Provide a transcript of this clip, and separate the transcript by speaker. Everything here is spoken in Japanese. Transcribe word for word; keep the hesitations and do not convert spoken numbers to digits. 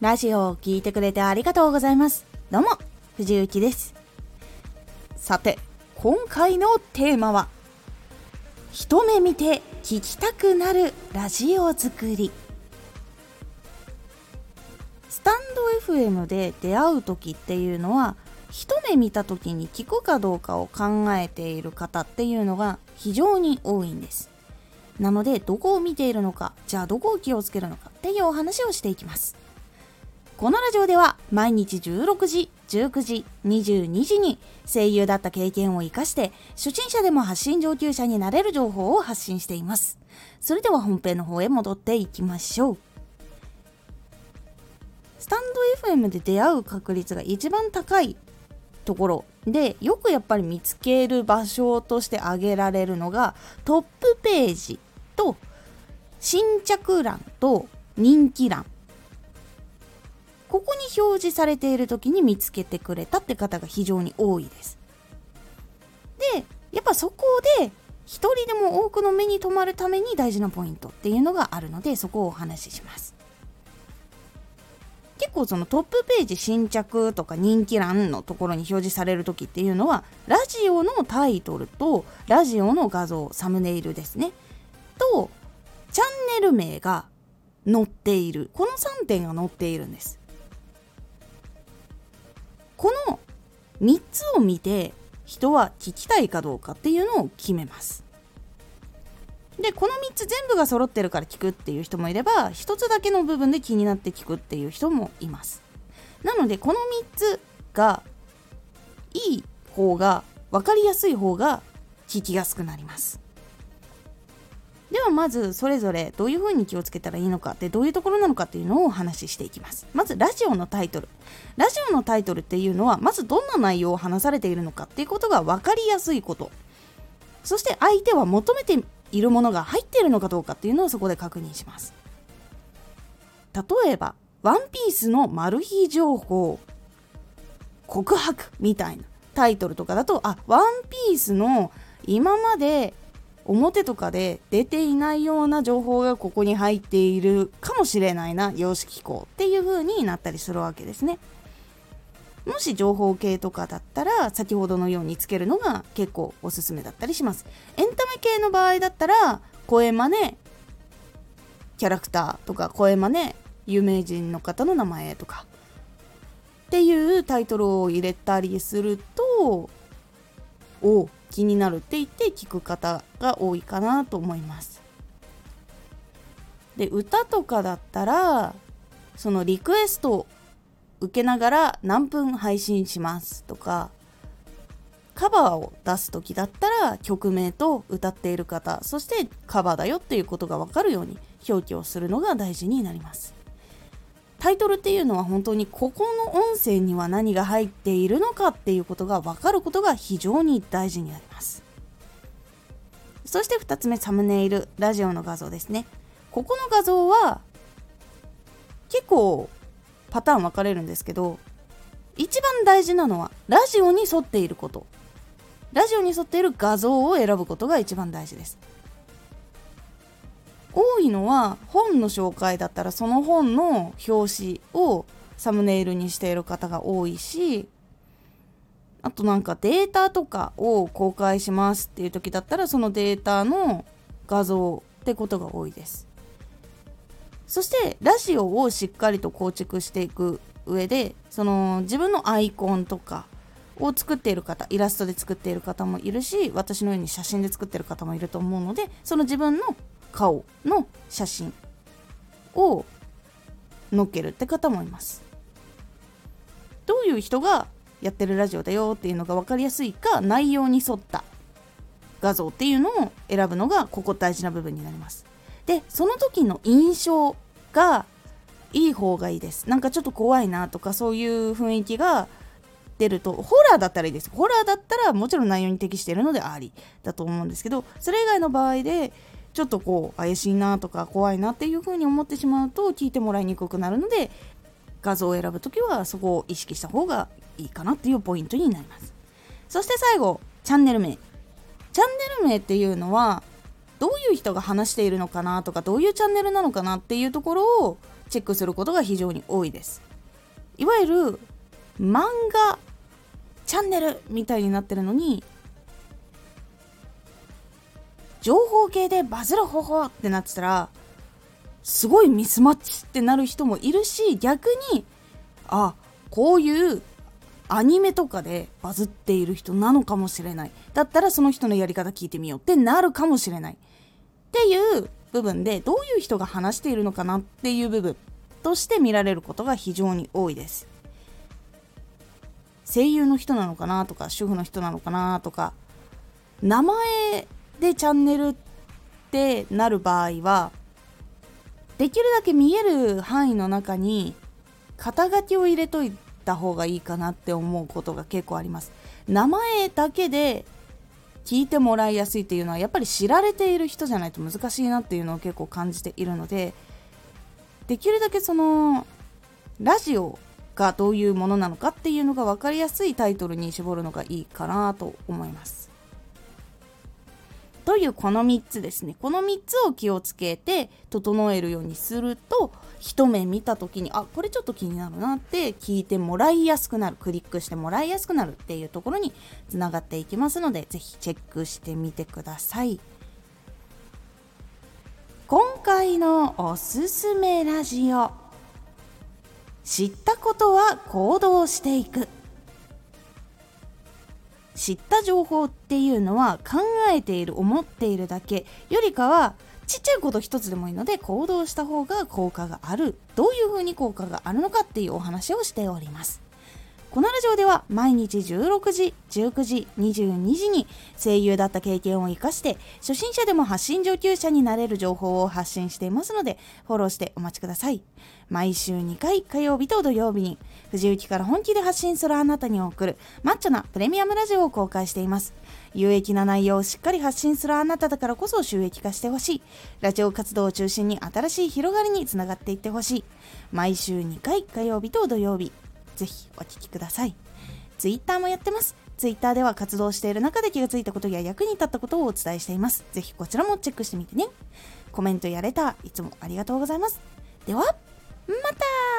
Speaker 1: ラジオを聞いてくれてありがとうございます。どうも藤幸です。さて今回のテーマは、一目見て聞きたくなるラジオ作り。スタンド エフエム で出会う時っていうのは、一目見た時に聞くかどうかを考えている方っていうのが非常に多いんです。なのでどこを見ているのか、じゃあどこを気をつけるのかっていうお話をしていきます。このラジオでは毎日じゅうろくじ、じゅうくじ、にじゅうにじに声優だった経験を生かして初心者でも発信上級者になれる情報を発信しています。それでは本編の方へ戻っていきましょう。スタンド エフエム で出会う確率が一番高いところで、よくやっぱり見つける場所として挙げられるのが、トップページと新着欄と人気欄、ここに表示されている時に見つけてくれたって方が非常に多いです。で、やっぱそこで一人でも多くの目に留まるために大事なポイントっていうのがあるので、そこをお話しします。結構そのトップページ、新着とか人気欄のところに表示される時っていうのは、ラジオのタイトルとラジオの画像、サムネイルですねとチャンネル名が載っている、このさんてんが載っているんです。このみっつを見て人は聞きたいかどうかっていうのを決めます。で、このみっつ全部が揃ってるから聞くっていう人もいれば、ひとつだけの部分で気になって聞くっていう人もいます。なのでこのみっつがいい方が、分かりやすい方が聞きやすくなります。ではまずそれぞれどういう風に気をつけたらいいのかって、どういうところなのかっていうのをお話ししていきます。まずラジオのタイトル。ラジオのタイトルっていうのは、まずどんな内容を話されているのかっていうことが分かりやすいこと、そして相手は求めているものが入っているのかどうかっていうのをそこで確認します。例えばワンピースのマル秘情報告白みたいなタイトルとかだと、あ、ワンピースの今まで表とかで出ていないような情報がここに入っているかもしれないな、よし聞こうっていう風になったりするわけですね。もし情報系とかだったら、先ほどのようにつけるのが結構おすすめだったりします。エンタメ系の場合だったら、声真似キャラクターとか、声真似有名人の方の名前とかっていうタイトルを入れたりすると、お気になるって言って聞く方が多いかなと思います。で、歌とかだったら、そのリクエストを受けながら何分配信しますとか、カバーを出す時だったら曲名と歌っている方、そしてカバーだよっていうことが分かるように表記をするのが大事になります。タイトルっていうのは本当にここの音声には何が入っているのかっていうことが分かることが非常に大事になります。そしてふたつめ、サムネイル、ラジオの画像ですね。ここの画像は結構パターン分かれるんですけど、一番大事なのはラジオに沿っていること、ラジオに沿っている画像を選ぶことが一番大事です。多いのは本の紹介だったら、その本の表紙をサムネイルにしている方が多いし、あとなんかデータとかを公開しますっていう時だったら、そのデータの画像ってことが多いです。そしてラジオをしっかりと構築していく上で、その自分のアイコンとかを作っている方、イラストで作っている方もいるし、私のように写真で作っている方もいると思うので、その自分の顔の写真を載っけるって方もいます。どういう人がやってるラジオだよっていうのが分かりやすいか、内容に沿った画像っていうのを選ぶのがここ大事な部分になります。で、その時の印象がいい方がいいです。なんかちょっと怖いなとか、そういう雰囲気が出ると、ホラーだったらいいです。ホラーだったらもちろん内容に適しているのでありだと思うんですけど、それ以外の場合でちょっとこう怪しいなとか怖いなっていう風に思ってしまうと聞いてもらいにくくなるので、画像を選ぶときはそこを意識した方がいいかなっていうポイントになります。そして最後、チャンネル名。チャンネル名っていうのはどういう人が話しているのかなとか、どういうチャンネルなのかなっていうところをチェックすることが非常に多いです。いわゆる漫画チャンネルみたいになってるのに、情報系でバズる方法ってなってたらすごいミスマッチってなる人もいるし、逆にあこういうアニメとかでバズっている人なのかもしれない、だったらその人のやり方聞いてみようってなるかもしれないっていう部分で、どういう人が話しているのかなっていう部分として見られることが非常に多いです。声優の人なのかなとか、主婦の人なのかなとか、名前でチャンネルってなる場合は、できるだけ見える範囲の中に肩書きを入れといた方がいいかなって思うことが結構あります。名前だけで聞いてもらいやすいっていうのは、やっぱり知られている人じゃないと難しいなっていうのを結構感じているので、できるだけそのラジオがどういうものなのかっていうのが分かりやすいタイトルに絞るのがいいかなと思います。というこのみっつですね。このみっつを気をつけて整えるようにすると、一目見た時にあこれちょっと気になるなって聞いてもらいやすくなる、クリックしてもらいやすくなるっていうところにつながっていきますので、ぜひチェックしてみてください。今回のおすすめラジオ、知ったことは行動していく。知った情報っていうのは考えている、思っているだけよりかは、ちっちゃいこと一つでもいいので行動した方が効果がある。どういうふうに効果があるのかっていうお話をしております。このラジオでは毎日じゅうろくじ、じゅうくじ、にじゅうにじに声優だった経験を生かして初心者でも発信上級者になれる情報を発信していますので、フォローしてお待ちください。毎週にかい、火曜日と土曜日に藤雪から本気で発信するあなたに送るマッチョなプレミアムラジオを公開しています。有益な内容をしっかり発信するあなただからこそ収益化してほしい。ラジオ活動を中心に新しい広がりにつながっていってほしい。毎週にかい、火曜日と土曜日、ぜひお聞きください。ツイッターもやってます。ツイッターでは活動している中で気がついたことや役に立ったことをお伝えしています。ぜひこちらもチェックしてみてね。コメントやレターいつもありがとうございます。ではまた。